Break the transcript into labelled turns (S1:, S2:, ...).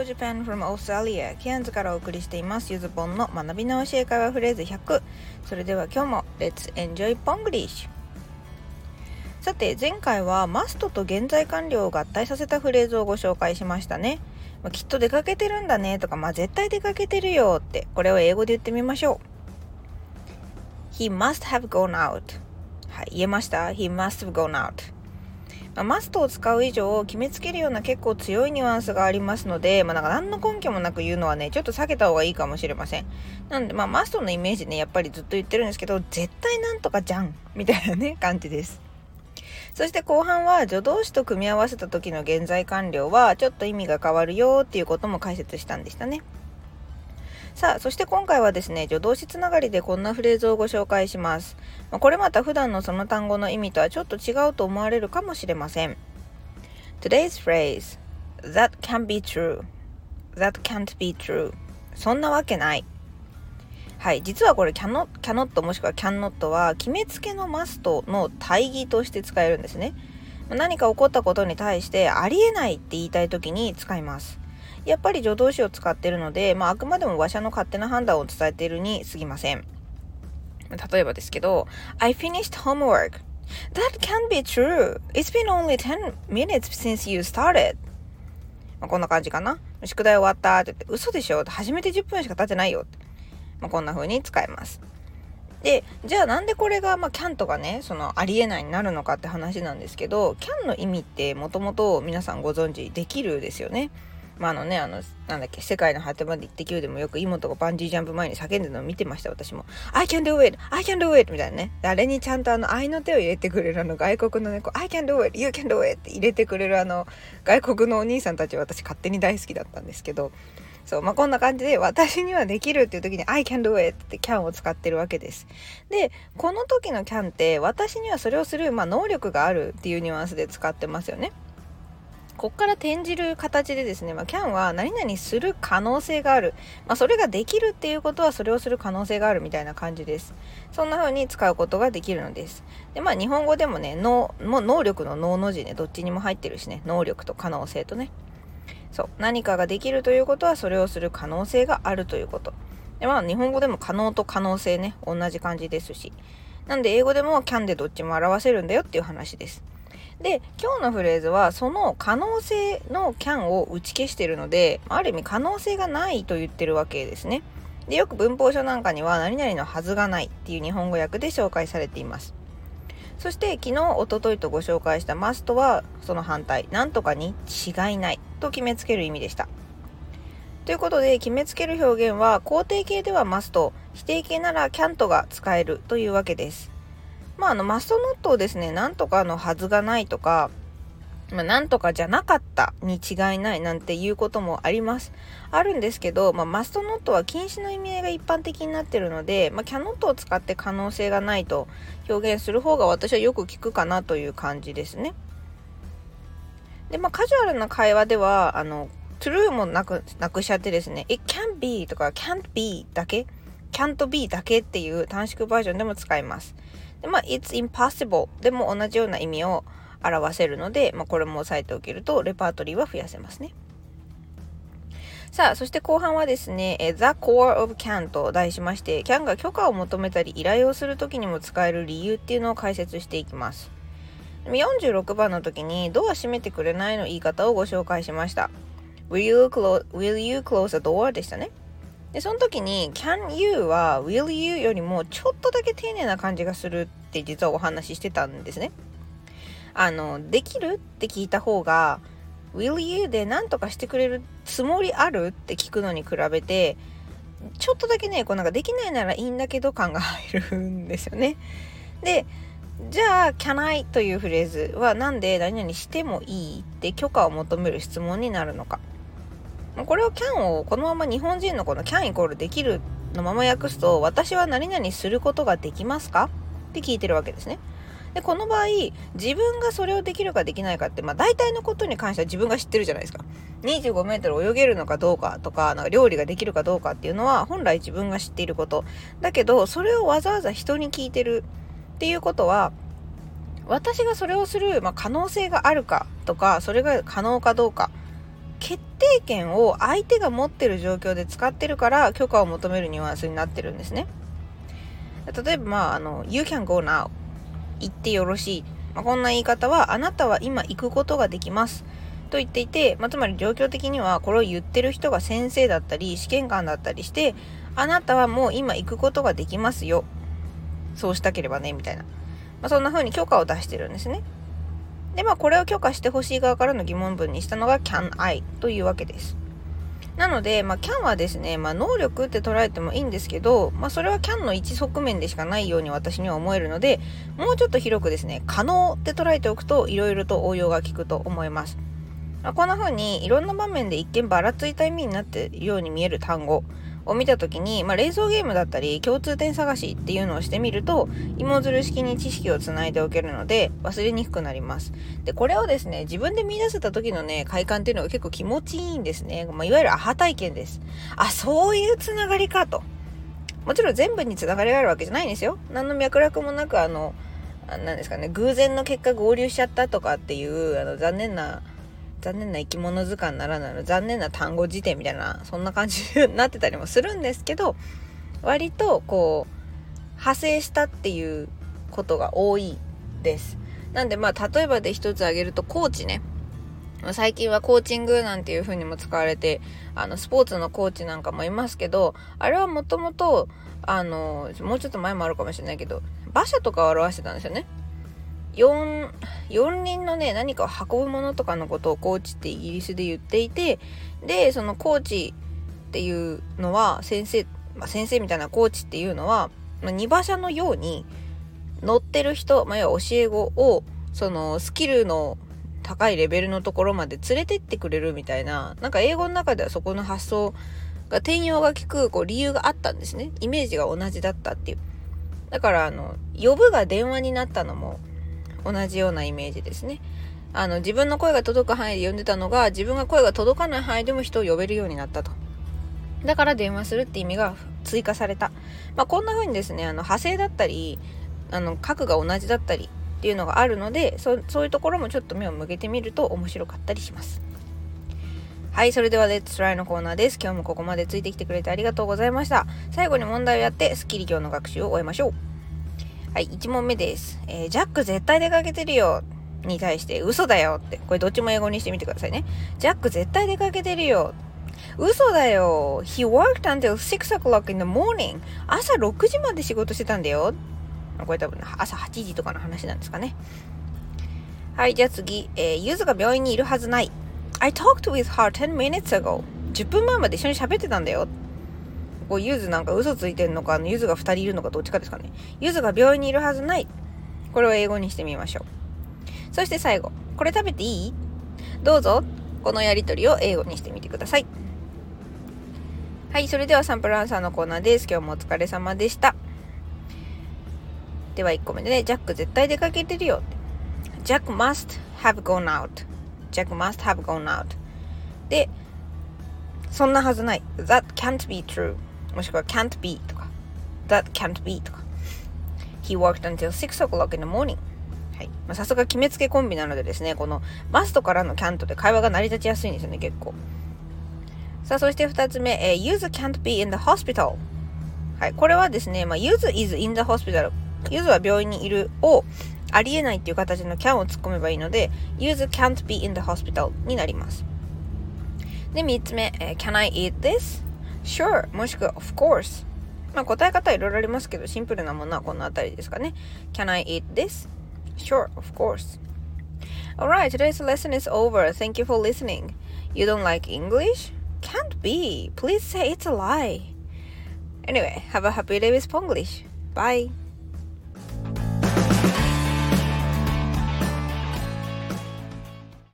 S1: Hello Japan from Australia ケアンズからお送りしていますゆずぽんの学び直し英会話フレーズ100。それでは今日も Let's enjoy Ponglish。 さて前回はマストと現在完了を合体させたフレーズをご紹介しましたね。きっと出かけてるんだねとか、絶対出かけてるよって、これを英語で言ってみましょう。 He must have gone out。 はい、言えました？ He must have gone out。マストを使う以上決めつけるような結構強いニュアンスがありますので、何の根拠もなく言うのはね、ちょっと避けた方がいいかもしれません。なのでマストのイメージね、やっぱりずっと言ってるんですけど、絶対なんとかじゃんみたいなね感じです。そして後半は助動詞と組み合わせた時の現在完了はちょっと意味が変わるよっていうことも解説したんでしたね。さあ、そして今回はですね、助動詞つながりでこんなフレーズをご紹介します。これまた普段のその単語の意味とはちょっと違うと思われるかもしれません。 Today's phrase That can't be true That can't be true そんなわけない。はい、実はこれ cannot もしくは cannot は決めつけの must の対義として使えるんですね。何か起こったことに対してありえないって言いたいときに使います。やっぱり助動詞を使っているので、あくまでも話者の勝手な判断を伝えているに過ぎません。例えばですけど、I finished homework. That can't be true. It's been only 10 minutes since you started. こんな感じかな。宿題終わったって言って、嘘でしょ、初めて10分しか経ってないよって、こんな風に使えます。で、じゃあなんでこれがcan とかね、そのありえないになるのかって話なんですけど、can の意味ってもともと皆さんご存知、できるですよね。なんだっけ、世界の果てまで行ってきるでもよく妹がバンジージャンプ前に叫んでるのを見てました。私も I can do it I can do it みたいなね。あれにちゃんと愛の手を入れてくれる外国のね、I can do it You can do it って入れてくれる外国のお兄さんたちは私勝手に大好きだったんですけど、そう、こんな感じで私にはできるっていう時に I can do it って can を使ってるわけです。で、この時の can って私にはそれをする、能力があるっていうニュアンスで使ってますよね。こっから転じる形でですね、can は何々する可能性がある、それができるっていうことはそれをする可能性があるみたいな感じです。そんな風に使うことができるのです。で、日本語でもね、能力の能の字ね、どっちにも入ってるしね、能力と可能性とね。そう、何かができるということはそれをする可能性があるということ。で、日本語でも可能と可能性ね、同じ感じですし。なんで英語でも can でどっちも表せるんだよっていう話です。で、今日のフレーズはその可能性の can を打ち消しているので、ある意味可能性がないと言ってるわけですね。で、よく文法書なんかには何々のはずがないっていう日本語訳で紹介されています。そして昨日一昨日とご紹介した must はその反対、なんとかに違いないと決めつける意味でした。ということで、決めつける表現は肯定形では must、否定形なら can't が使えるというわけです。マストノットをですね、なんとかのはずがないとか、なんとかじゃなかったに違いないなんていうこともあります。あるんですけど、マストノットは禁止の意味合いが一般的になっているので、キャノットを使って可能性がないと表現する方が私はよく聞くかなという感じですね。で、カジュアルな会話では、true もなくしちゃってですね、it can be とか can't be だけ、can't be だけっていう短縮バージョンでも使います。で、it's impossible でも同じような意味を表せるので、これも押さえておけるとレパートリーは増やせますね。さあ、そして後半はですね、The Core of Can と題しまして、Can が許可を求めたり依頼をするときにも使える理由っていうのを解説していきます。46番の時にドア閉めてくれないの言い方をご紹介しました。Will you close the door でしたね。で、その時に can you は will you よりもちょっとだけ丁寧な感じがするって実はお話ししてたんですね。できるって聞いた方が will you で何とかしてくれるつもりあるって聞くのに比べて、ちょっとだけね、できないならいいんだけど感が入るんですよね。で、じゃあ can I というフレーズはなんで何々してもいいって許可を求める質問になるのか。これを can をこのまま日本人のこの can イコールできるのまま訳すと、私は何々することができますかって聞いてるわけですね。で、この場合自分がそれをできるかできないかって、大体のことに関しては自分が知ってるじゃないですか。25メートル泳げるのかどうかとか、料理ができるかどうかっていうのは本来自分が知っていることだけど、それをわざわざ人に聞いてるっていうことは、私がそれをする、可能性があるかとか、それが可能かどうかっ決定権を相手が持ってる状況で使ってるから許可を求めるニュアンスになってるんですね。例えばYou can go now、 言ってよろしい、こんな言い方はあなたは今行くことができますと言っていて、つまり状況的にはこれを言ってる人が先生だったり試験官だったりして、あなたはもう今行くことができますよ、そうしたければねみたいな、そんな風に許可を出してるんですね。でこれを許可してほしい側からの疑問文にしたのが can I というわけです。なので、can はですね、能力って捉えてもいいんですけど、それは can の一側面でしかないように私には思えるので、もうちょっと広くですね、可能って捉えておくといろいろと応用が効くと思います。こんな風にいろんな場面で一見ばらついた意味になっているように見える単語を見たときに、連想ゲームだったり共通点探しっていうのをしてみると、芋づる式に知識をつないでおけるので忘れにくくなります。でこれをですね、自分で見出せた時のね快感っていうのが結構気持ちいいんですね。いわゆるアハ体験です。そういうつながりかと。もちろん全部につながりがあるわけじゃないんですよ。何の脈絡もなくなんですかね、偶然の結果合流しちゃったとかっていう残念な生き物図鑑ならぬ残念な単語辞典みたいな、そんな感じになってたりもするんですけど、割と派生したっていうことが多いです。なんで例えばで一つ挙げるとコーチね。最近はコーチングなんていう風にも使われて、スポーツのコーチなんかもいますけど、あれはもともともうちょっと前もあるかもしれないけど、馬車とかを表してたんですよね。四輪のね、何かを運ぶものとかのことをコーチってイギリスで言っていて、でそのコーチっていうのは先生みたいなコーチっていうのは、荷馬車のように乗ってる人、要は教え子をそのスキルの高いレベルのところまで連れてってくれるみたいな、英語の中ではそこの発想が転用が効く理由があったんですね。イメージが同じだったっていう。だから呼ぶが電話になったのも同じようなイメージですね。自分の声が届く範囲で呼んでたのが、自分が声が届かない範囲でも人を呼べるようになったと。だから電話するって意味が追加された。こんな風にですね、派生だったり核が同じだったりっていうのがあるので、そういうところもちょっと目を向けてみると面白かったりします。はい、それではレッツトライのコーナーです。今日もここまでついてきてくれてありがとうございました。最後に問題をやってすっきり今日の学習を終えましょう。はい、1問目です。ジャック絶対出かけてるよに対して嘘だよって、これどっちも英語にしてみてくださいね。ジャック絶対出かけてるよ。嘘だよ。He worked until 6 o'clock in the morning. 朝6時まで仕事してたんだよ。これ多分朝8時とかの話なんですかね。はい、じゃあ次。ゆずが病院にいるはずない。I talked with her 10 minutes ago. 10分前まで一緒に喋ってたんだよ。ゆずなんか嘘ついてんのか、ゆずが2人いるのかどっちかですかね。ゆずが病院にいるはずない。これを英語にしてみましょう。そして最後、これ食べていい？どうぞ。このやりとりを英語にしてみてください。はい、それではサンプルアンサーのコーナーです。今日もお疲れ様でした。では1個目でね、ジャック絶対出かけてるよ。Jack must have gone out. Jack must have gone out. で、そんなはずない。That can't be true. もしくは can't be とか That can't be とか He worked until 6 o'clock in the morning。 はい、さすが決めつけコンビなのでですね、この must からの can't で会話が成り立ちやすいんですよね、結構。さあ、そして2つ目、Yuzu can't be in the hospital。 はい、これはですね、Yuzu is in the hospital。 Yuzu は病院にいるをありえないっていう形の can を突っ込めばいいので Yuzu can't be in the hospital になります。で、3つ目、Can I eat this? Sure もしくは Of course。 答え方はいろいろありますけど、シンプルなものはこのあたりですかね。 Can I eat this? Sure, of course. Alright, today's lesson is over. Thank you for listening. You don't like English? Can't be. Please say it's a lie. Anyway, have a happy day with Ponglish. Bye.